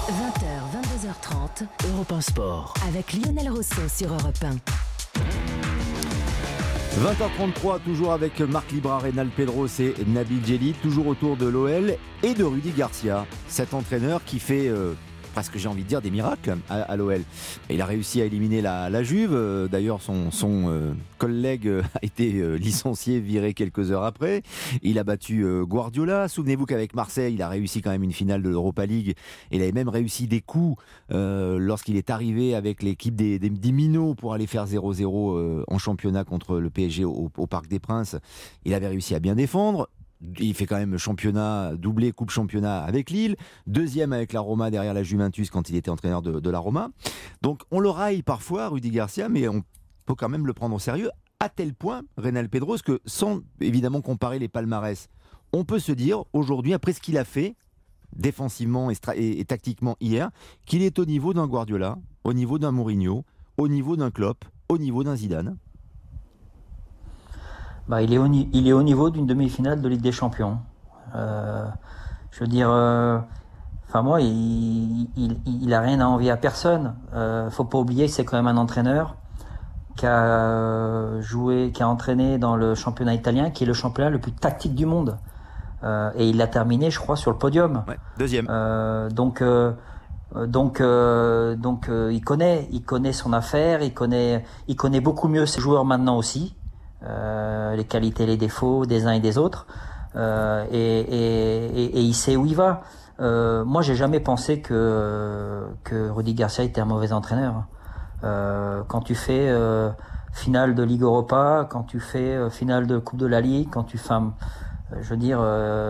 20h, 22h30, Europe 1 Sport. avec Lionel Rousseau sur Europe 1. 20h33, toujours avec Marc Libra, Reynald Pedros et Nabil Djellit, toujours autour de l'OL et de Rudy Garcia, cet entraîneur qui fait presque, j'ai envie de dire, des miracles à l'OL. Il a réussi à éliminer la Juve, d'ailleurs son collègue a été licencié, viré quelques heures après. Il a battu Guardiola, souvenez-vous qu'avec Marseille, il a réussi quand même une finale de l'Europa League. Il avait même réussi des coups lorsqu'il est arrivé avec l'équipe des Minots pour aller faire 0-0 en championnat contre le PSG au Parc des Princes. Il avait réussi à bien défendre. Il fait quand même championnat, doublé coupe championnat avec Lille, deuxième avec la Roma derrière la Juventus quand il était entraîneur de la Roma. Donc on le raille parfois, Rudy Garcia, mais on peut quand même le prendre au sérieux, à tel point, Reynald Pedros, que sans évidemment comparer les palmarès, on peut se dire aujourd'hui, après ce qu'il a fait, défensivement et tactiquement hier, qu'il est au niveau d'un Guardiola, au niveau d'un Mourinho, au niveau d'un Klopp, au niveau d'un Zidane. Il est au niveau d'une demi-finale de Ligue des Champions. Je veux dire, moi, il a rien à envier à personne. Faut pas oublier que c'est quand même un entraîneur qui a entraîné dans le championnat italien, qui est le championnat le plus tactique du monde. Et il l'a terminé, je crois, sur le podium. Ouais, deuxième. Donc, il connaît son affaire, il connaît beaucoup mieux ses joueurs maintenant aussi. Les qualités et les défauts des uns et des autres, et il sait où il va. Moi, j'ai jamais pensé que Rudy Garcia était un mauvais entraîneur. Quand tu fais finale de Ligue Europa, quand tu fais finale de Coupe de la Ligue, quand tu fais, je veux dire,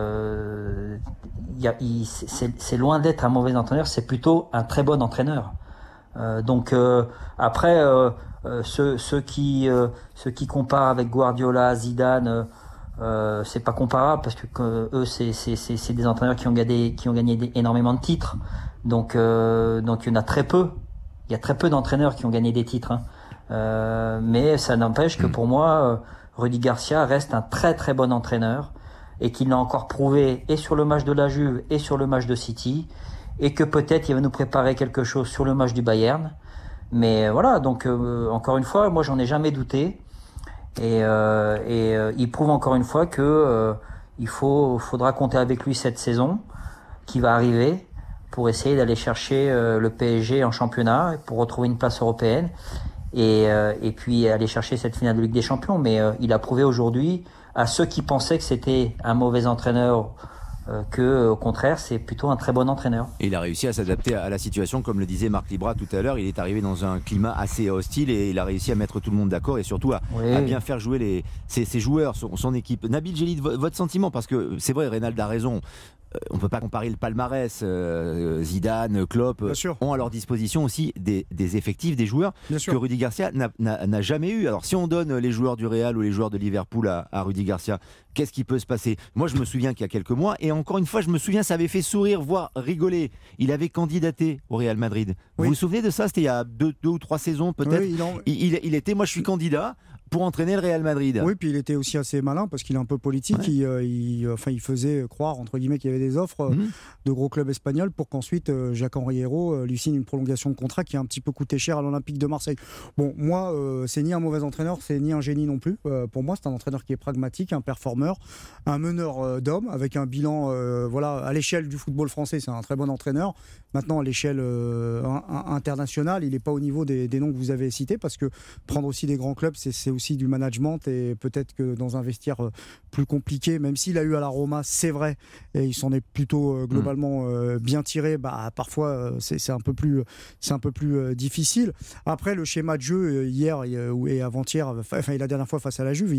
c'est loin d'être un mauvais entraîneur, c'est plutôt un très bon entraîneur. Après, ceux qui comparent avec Guardiola, Zidane, c'est pas comparable parce que eux c'est des entraîneurs qui ont gagné énormément de titres. Donc il y en a très peu. Il y a très peu d'entraîneurs qui ont gagné des titres. Mais ça n'empêche que pour moi, Rudy Garcia reste un très très bon entraîneur et qu'il l'a encore prouvé et sur le match de la Juve et sur le match de City. Et que peut-être il va nous préparer quelque chose sur le match du Bayern. Mais voilà, donc encore une fois, moi j'en ai jamais douté. Et il prouve encore une fois que faudra compter avec lui cette saison qui va arriver pour essayer d'aller chercher le PSG en championnat, pour retrouver une place européenne et puis aller chercher cette finale de Ligue des Champions. Mais il a prouvé aujourd'hui à ceux qui pensaient que c'était un mauvais entraîneur que au contraire c'est plutôt un très bon entraîneur. Et il a réussi à s'adapter à la situation, comme le disait Marc Libra tout à l'heure. Il est arrivé dans un climat assez hostile et il a réussi à mettre tout le monde d'accord et surtout à bien faire jouer ses joueurs, son équipe. Nabil Djellit, votre sentiment, parce que c'est vrai, Reynald a raison. On ne peut pas comparer le palmarès. Zidane, Klopp ont à leur disposition aussi des effectifs, des joueurs que Rudy Garcia n'a jamais eu. Alors si on donne les joueurs du Real ou les joueurs de Liverpool à Rudy Garcia, qu'est-ce qui peut se passer ? Moi je me souviens qu'il y a quelques mois, et encore une fois je me souviens, ça avait fait sourire, voire rigoler. Il avait candidaté au Real Madrid. Vous vous souvenez de ça ? C'était il y a deux ou trois saisons peut-être. Il était, moi je suis candidat pour entraîner le Real Madrid. Oui, puis il était aussi assez malin parce qu'il est un peu politique. Il faisait croire, entre guillemets, qu'il y avait des offres de gros clubs espagnols pour qu'ensuite Jacques-Henri Hérault lui signe une prolongation de contrat qui a un petit peu coûté cher à l'Olympique de Marseille. Bon, moi, c'est ni un mauvais entraîneur, c'est ni un génie non plus. Pour moi, c'est un entraîneur qui est pragmatique, un performeur, un meneur d'hommes avec un bilan à l'échelle du football français, c'est un très bon entraîneur. Maintenant, à l'échelle internationale, il n'est pas au niveau des noms que vous avez cités, parce que prendre aussi des grands clubs, c'est aussi du management, et peut-être que dans un vestiaire plus compliqué, même s'il a eu à la Roma, c'est vrai, et il s'en est plutôt globalement bien tiré, parfois c'est un peu plus difficile. Après, le schéma de jeu hier et avant-hier, et la dernière fois face à la Juve,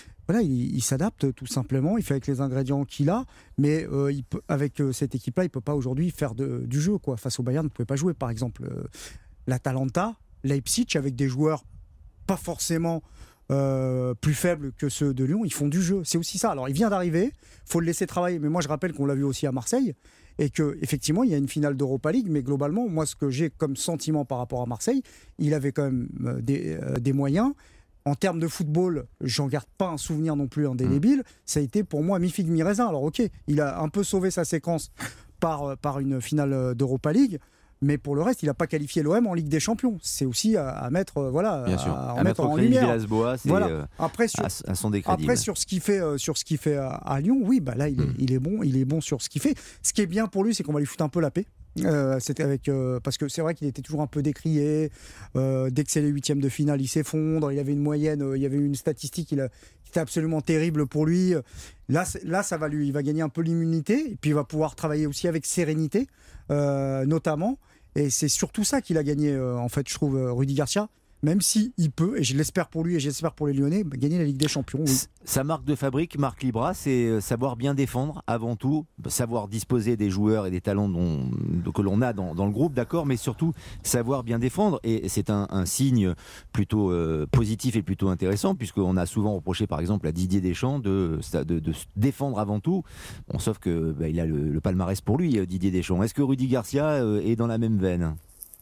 il s'adapte tout simplement, il fait avec les ingrédients qu'il a, mais avec cette équipe-là, il ne peut pas aujourd'hui faire du jeu. Face au Bayern, il ne pouvait pas jouer. Par exemple, l'Atalanta, Leipzig, avec des joueurs pas forcément plus faibles que ceux de Lyon, ils font du jeu. C'est aussi ça. Alors, il vient d'arriver, il faut le laisser travailler. Mais moi, je rappelle qu'on l'a vu aussi à Marseille, et qu'effectivement, il y a une finale d'Europa League, mais globalement, moi, ce que j'ai comme sentiment par rapport à Marseille, il avait quand même des moyens. En termes de football, j'en garde pas un souvenir non plus indélébile. Ça a été pour moi mi-figue, mi-raisin. Alors ok, il a un peu sauvé sa séquence par une finale d'Europa League. Mais pour le reste, il n'a pas qualifié l'OM en Ligue des Champions. C'est aussi à mettre, Bien sûr. à mettre en crédit lumière. Villas-Boas, c'est Après, à son décrédit. Après, sur ce qu'il fait à Lyon, oui, bah là, il est bon sur ce qu'il fait. Ce qui est bien pour lui, c'est qu'on va lui foutre un peu la paix. Parce que c'est vrai qu'il était toujours un peu décrié. Dès que c'est les huitièmes de finale, il s'effondre. Il avait une moyenne, il y avait une statistique qui était absolument terrible pour lui. Là, il va gagner un peu l'immunité et puis il va pouvoir travailler aussi avec sérénité, notamment. Et c'est surtout ça qu'il a gagné, en fait, je trouve, Rudy Garcia. Même s'il peut, et je l'espère pour lui et j'espère pour les Lyonnais, gagner la Ligue des Champions. Oui. Sa marque de fabrique, Marc Libra, c'est savoir bien défendre avant tout, savoir disposer des joueurs et des talents que l'on a dans le groupe, d'accord, mais surtout savoir bien défendre. Et c'est un signe plutôt positif et plutôt intéressant, puisqu'on a souvent reproché par exemple à Didier Deschamps de défendre avant tout. Bon, sauf que il a le palmarès pour lui, Didier Deschamps. Est-ce que Rudy Garcia est dans la même veine ?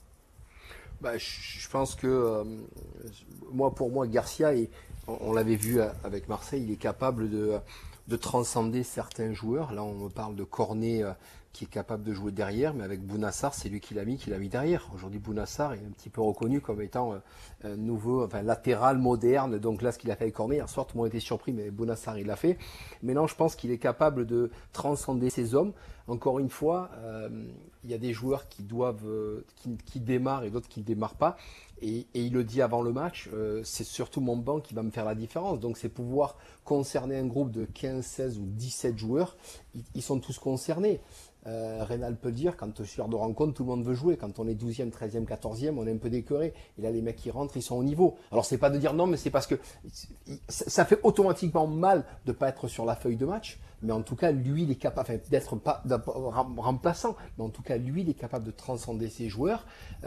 Je pense que pour moi, Garcia, on l'avait vu avec Marseille, il est capable de transcender certains joueurs. Là, on me parle de Cornet qui est capable de jouer derrière, mais avec Bounassar, c'est lui qui l'a mis derrière. Aujourd'hui, Bounassar est un petit peu reconnu comme étant un nouveau, latéral moderne. Donc là, ce qu'il a fait avec Cornet, hier soir, tout le monde était surpris, mais Bounassar, il l'a fait. Mais non, je pense qu'il est capable de transcender ces hommes. Encore une fois, il y a des joueurs qui démarrent et d'autres qui ne démarrent pas. Et il le dit avant le match, c'est surtout mon banc qui va me faire la différence. Donc c'est pouvoir concerner un groupe de 15, 16 ou 17 joueurs. Ils sont tous concernés. Reynal peut dire, quand je suis lors de rencontre, tout le monde veut jouer. Quand on est 12e, 13e, 14e, on est un peu décoré. Et là, les mecs qui rentrent, ils sont au niveau. Alors, c'est pas de dire non, mais c'est parce que ça fait automatiquement mal de pas être sur la feuille de match. Mais en tout cas, lui, il est capable d'être pas remplaçant. Mais en tout cas, lui, il est capable de transcender ses joueurs.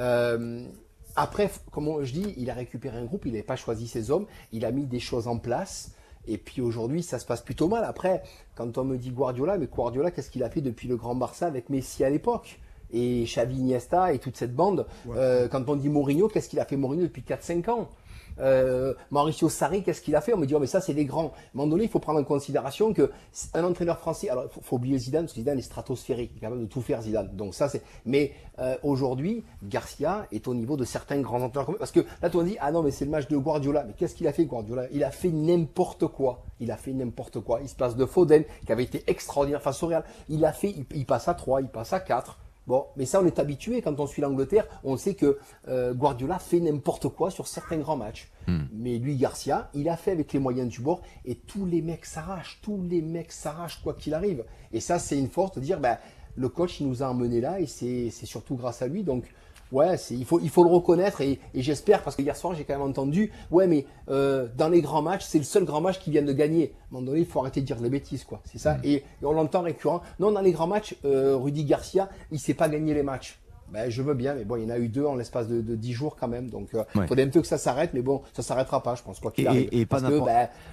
Après, comme je dis, il a récupéré un groupe. Il n'avait pas choisi ses hommes. Il a mis des choses en place. Et puis aujourd'hui, ça se passe plutôt mal. Après, quand on me dit Guardiola, mais Guardiola, qu'est-ce qu'il a fait depuis le Grand Barça avec Messi à l'époque ? Et Xavi, Iniesta et toute cette bande. Quand on dit Mourinho, qu'est-ce qu'il a fait Mourinho depuis 4-5 ans ? Mauricio Sarri, qu'est-ce qu'il a fait? On me dit, mais ça, c'est des grands. À un moment donné, il faut prendre en considération que un entraîneur français, alors, faut oublier Zidane, parce que Zidane est stratosphérique, il est capable de tout faire, Zidane. Donc ça, mais aujourd'hui, Garcia est au niveau de certains grands entraîneurs. Parce que là, tu as dit, ah non, mais c'est le match de Guardiola. Mais qu'est-ce qu'il a fait, Guardiola? Il a fait n'importe quoi. Il se place de Foden, qui avait été extraordinaire face au Real. Il passe à 3, il passe à 4. Bon, mais ça, on est habitué. Quand on suit l'Angleterre, on sait que Guardiola fait n'importe quoi sur certains grands matchs. Mais lui, Garcia, il a fait avec les moyens du bord et tous les mecs s'arrachent quoi qu'il arrive. Et ça, c'est une force de dire, le coach, il nous a emmenés là et c'est surtout grâce à lui. Donc, ouais, il faut le reconnaître et j'espère, parce que hier soir, j'ai quand même entendu, mais dans les grands matchs, c'est le seul grand match qu'ils viennent de gagner. À un moment donné, il faut arrêter de dire des bêtises, quoi. C'est ça. Et on l'entend récurrent. Non, dans les grands matchs, Rudy Garcia, il sait pas gagner les matchs. Je veux bien, mais bon, il y en a eu 2 en l'espace de 10 jours quand même. Donc, faudrait un peu que ça s'arrête, mais bon, ça s'arrêtera pas, je pense, quoi qu'il arrive. Et pas n'importe.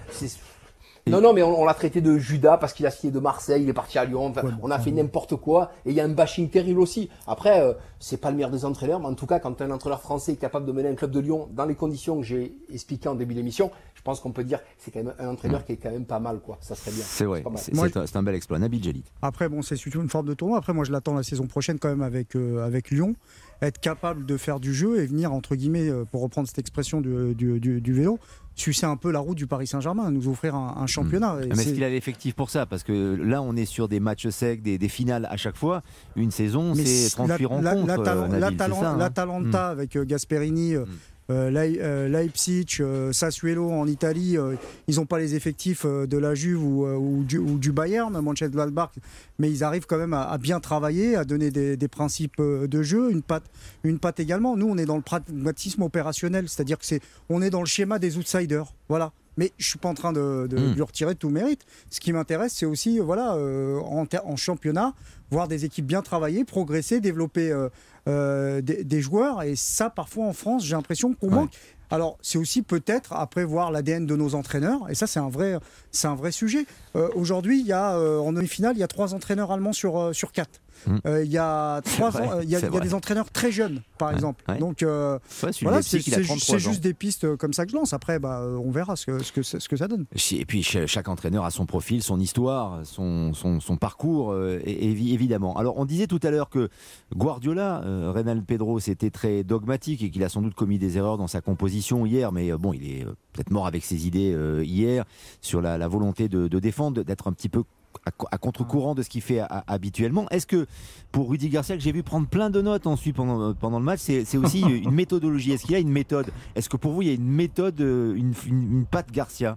Non, mais on l'a traité de Judas parce qu'il a signé de Marseille, il est parti à Lyon. On a fait n'importe quoi et il y a un bashing terrible aussi. Après, c'est pas le meilleur des entraîneurs, mais en tout cas, quand un entraîneur français est capable de mener un club de Lyon dans les conditions que j'ai expliquées en début d'émission, je pense qu'on peut dire que c'est quand même un entraîneur qui est quand même pas mal, quoi. Ça serait bien. C'est vrai, c'est un bel exploit. Nabil Djellit. Après, c'est surtout une forme de tournoi. Après, moi, je l'attends la saison prochaine quand même avec Lyon. Être capable de faire du jeu et venir, entre guillemets, pour reprendre cette expression du vélo, sucer un peu la route du Paris Saint-Germain, nous offrir un championnat. Mais est-ce qu'il a l'effectif pour ça? Parce que là, on est sur des matchs secs, des finales à chaque fois. Une saison, c'est 38 rencontres. L'Atalanta avec Gasperini, Leipzig, Sassuolo en Italie, ils n'ont pas les effectifs de la Juve ou du Bayern, Mönchengladbach, mais ils arrivent quand même à bien travailler, à donner des principes de jeu, une patte également. Nous, on est dans le pragmatisme opérationnel, c'est-à-dire que on est dans le schéma des outsiders, voilà. Mais je ne suis pas en train de lui retirer tout mérite. Ce qui m'intéresse, c'est aussi en championnat, voir des équipes bien travailler, progresser, développer des joueurs. Et ça, parfois en France, j'ai l'impression qu'on manque. Alors, c'est aussi peut-être après voir l'ADN de nos entraîneurs. Et ça, c'est un vrai sujet. Aujourd'hui, en demi-finale, il y a 3 entraîneurs allemands sur 4. Il y a 3 ans, il y a des entraîneurs très jeunes, par exemple. Ouais. Donc voilà, c'est juste des pistes comme ça que je lance. Après, on verra ce que ça donne. Et puis chaque entraîneur a son profil, son histoire, son parcours, évidemment. Alors on disait tout à l'heure que Guardiola, Reynald Pedro, c'était très dogmatique et qu'il a sans doute commis des erreurs dans sa composition hier, mais bon, il est peut-être mort avec ses idées hier sur la volonté de défendre, d'être un petit peu à contre-courant de ce qu'il fait habituellement. Est-ce que pour Rudy Garcia, que j'ai vu prendre plein de notes ensuite pendant le match, c'est aussi une méthodologie? Est-ce qu'il y a une méthode? Est-ce que pour vous il y a une méthode, une patte Garcia?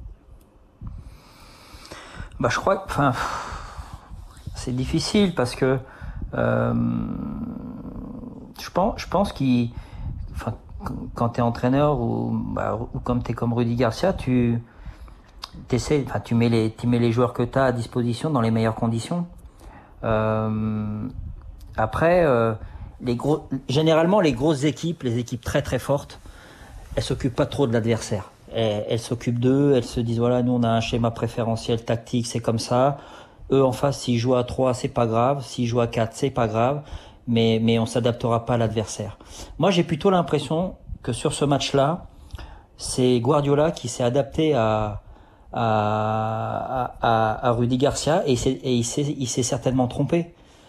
Je crois que c'est difficile parce que je pense qu'il, quand tu es entraîneur ou comme tu es comme Rudy Garcia, tu mets les joueurs que tu as à disposition dans les meilleures conditions. Après, généralement, les grosses équipes, les équipes très très fortes, elles s'occupent pas trop de l'adversaire. Elles s'occupent d'eux, elles se disent voilà, nous on a un schéma préférentiel tactique, c'est comme ça. Eux en face, s'ils jouent à 3, c'est pas grave. S'ils jouent à 4, c'est pas grave. Mais on s'adaptera pas à l'adversaire. Moi, j'ai plutôt l'impression que sur ce match-là, c'est Guardiola qui s'est adapté à Rudy Garcia et il s'est certainement trompé.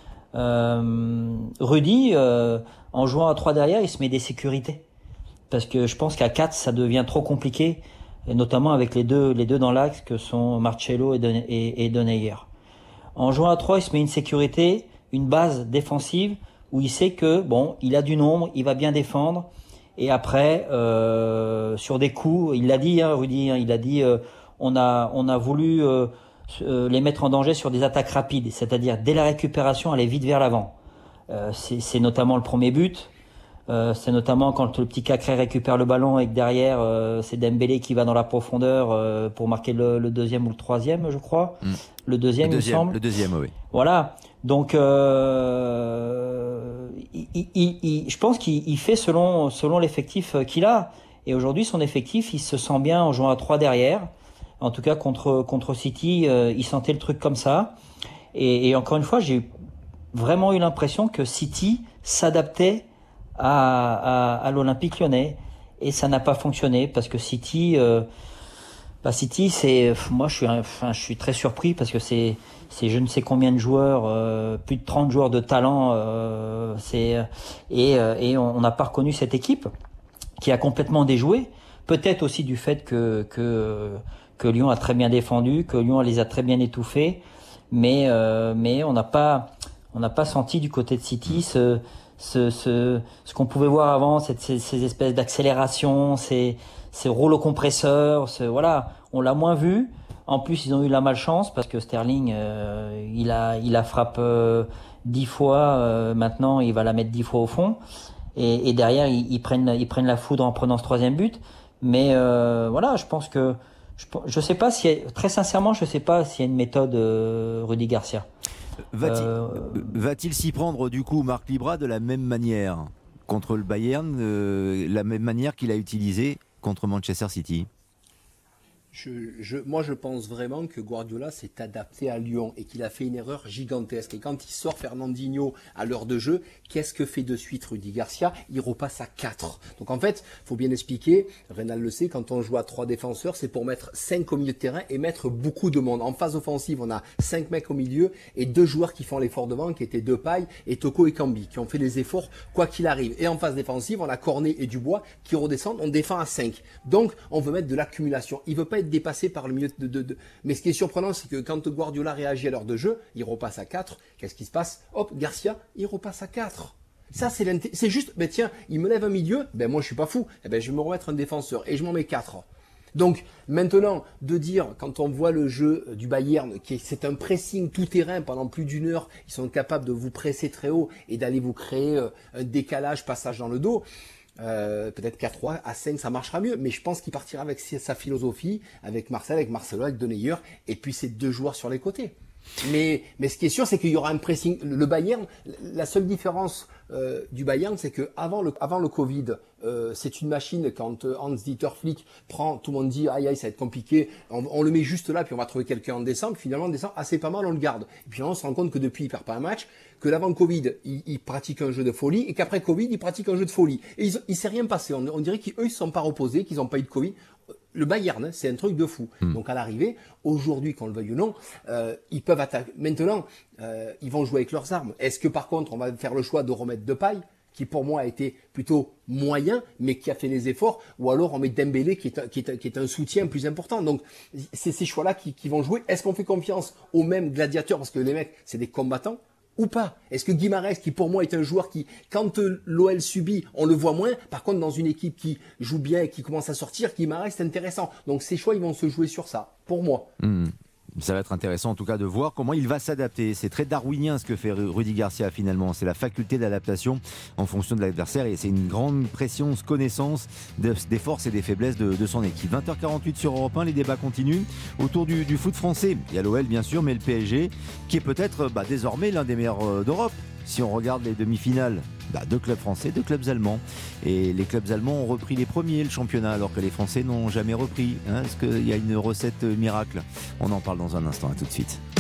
Rudy, en jouant à 3 derrière, il se met des sécurités. Parce que je pense qu'à 4, ça devient trop compliqué, et notamment avec les deux dans l'axe que sont Marcelo et Denayer. En jouant à 3, il se met une sécurité, une base défensive où il sait que il a du nombre, il va bien défendre. Et après, sur des coups, il l'a dit, Rudy, il a dit, on a voulu les mettre en danger sur des attaques rapides, c'est-à-dire dès la récupération, aller vite vers l'avant. C'est notamment le premier but. C'est notamment quand le petit Cacré récupère le ballon et que derrière c'est Dembélé qui va dans la profondeur pour marquer le deuxième ou le troisième, je crois. Le deuxième, il me semble. Le deuxième, oui. Voilà. Donc je pense qu'il fait selon l'effectif qu'il a. Et aujourd'hui, son effectif, il se sent bien en jouant à 3 derrière. En tout cas, contre City, il sentait le truc comme ça. Et encore une fois, j'ai vraiment eu l'impression que City s'adaptait à l'Olympique Lyonnais, et ça n'a pas fonctionné parce que City, c'est, moi je suis très surpris parce que c'est je ne sais combien de joueurs, plus de 30 joueurs de talent, et on n'a pas reconnu cette équipe qui a complètement déjoué, peut-être aussi du fait que Lyon a très bien défendu, que Lyon les a très bien étouffés, mais on n'a pas senti du côté de City ce qu'on pouvait voir avant, ces espèces d'accélération, ces rouleaux compresseurs, voilà, on l'a moins vu. En plus, ils ont eu la malchance parce que Sterling, il a frappé 10 fois, maintenant il va la mettre 10 fois au fond, et derrière ils prennent la foudre en prenant ce 3e but. Mais voilà, je pense que je sais pas très sincèrement, je sais pas s'il y a une méthode Rudy Garcia. Va-t-il s'y prendre du coup, Marc Libra, de la même manière contre le Bayern, la même manière qu'il a utilisé contre Manchester City? Moi, je pense vraiment que Guardiola s'est adapté à Lyon et qu'il a fait une erreur gigantesque. Et quand il sort Fernandinho à l'heure de jeu, qu'est-ce que fait de suite Rudy Garcia? Il repasse à 4. Donc en fait, faut bien expliquer, Reynald le sait, quand on joue à 3 défenseurs, c'est pour mettre 5 au milieu de terrain et mettre beaucoup de monde. En phase offensive, on a 5 mecs au milieu et 2 joueurs qui font l'effort devant, qui étaient Depay et Toko Ekambi, qui ont fait les efforts quoi qu'il arrive. Et en phase défensive, on a Cornet et Dubois qui redescendent, on défend à 5. Donc on veut mettre de l'accumulation. Il veut pas être dépassé par le milieu de... Mais ce qui est surprenant, c'est que quand Guardiola réagit à l'heure de jeu, il repasse à 4. Qu'est-ce qui se passe? Hop, Garcia, il repasse à 4. Ça, c'est juste, tiens, il me lève un milieu, moi je suis pas fou, je vais me remettre un défenseur et je m'en mets 4. Donc maintenant, de dire, quand on voit le jeu du Bayern, c'est un pressing tout terrain pendant plus d'1 heure, ils sont capables de vous presser très haut et d'aller vous créer un décalage, passage dans le dos. Peut-être qu'à 3, à 5 ça marchera mieux, mais je pense qu'il partira avec sa philosophie, avec Marcel, avec Marcelo, avec Denayer, et puis ces 2 joueurs sur les côtés. Mais ce qui est sûr, c'est qu'il y aura un pressing. Le Bayern, la seule différence du Bayern, c'est que avant le Covid, c'est une machine. Quand Hans-Dieter Flick prend, tout le monde dit aïe, ça va être compliqué. On le met juste là, puis on va trouver quelqu'un en décembre. Finalement, en décembre, c'est pas mal, on le garde. Et puis on se rend compte que depuis, il perd pas un match. Que l'avant Covid, il pratique un jeu de folie, et qu'après Covid, il pratique un jeu de folie. Et il s'est rien passé. On dirait qu'eux, ils se sont pas reposés, qu'ils n'ont pas eu de Covid. Le Bayern, c'est un truc de fou. Donc à l'arrivée, aujourd'hui, qu'on le veuille ou non, ils peuvent attaquer. Maintenant, ils vont jouer avec leurs armes. Est-ce que par contre, on va faire le choix de remettre Depay, qui pour moi a été plutôt moyen, mais qui a fait les efforts, ou alors on met Dembélé, qui est un soutien plus important. Donc c'est ces choix-là qui vont jouer. Est-ce qu'on fait confiance aux mêmes gladiateurs, parce que les mecs, c'est des combattants, ou pas? Est-ce que Guimarães, qui pour moi est un joueur qui, quand l'OL subit, on le voit moins. Par contre, dans une équipe qui joue bien et qui commence à sortir, Guimarães, c'est intéressant. Donc ces choix, ils vont se jouer sur ça, pour moi. Ça va être intéressant en tout cas de voir comment il va s'adapter. C'est très darwinien ce que fait Rudy Garcia finalement. C'est la faculté d'adaptation en fonction de l'adversaire et c'est une grande précieuse connaissance des forces et des faiblesses de son équipe. 20h48 sur Europe 1, les débats continuent autour du foot français. Il y a l'OL bien sûr, mais le PSG qui est peut-être désormais l'un des meilleurs d'Europe. Si on regarde les demi-finales, 2 clubs français, 2 clubs allemands. Et les clubs allemands ont repris les premiers, le championnat, alors que les Français n'ont jamais repris. Est-ce qu'il y a une recette miracle? On en parle dans un instant, à tout de suite.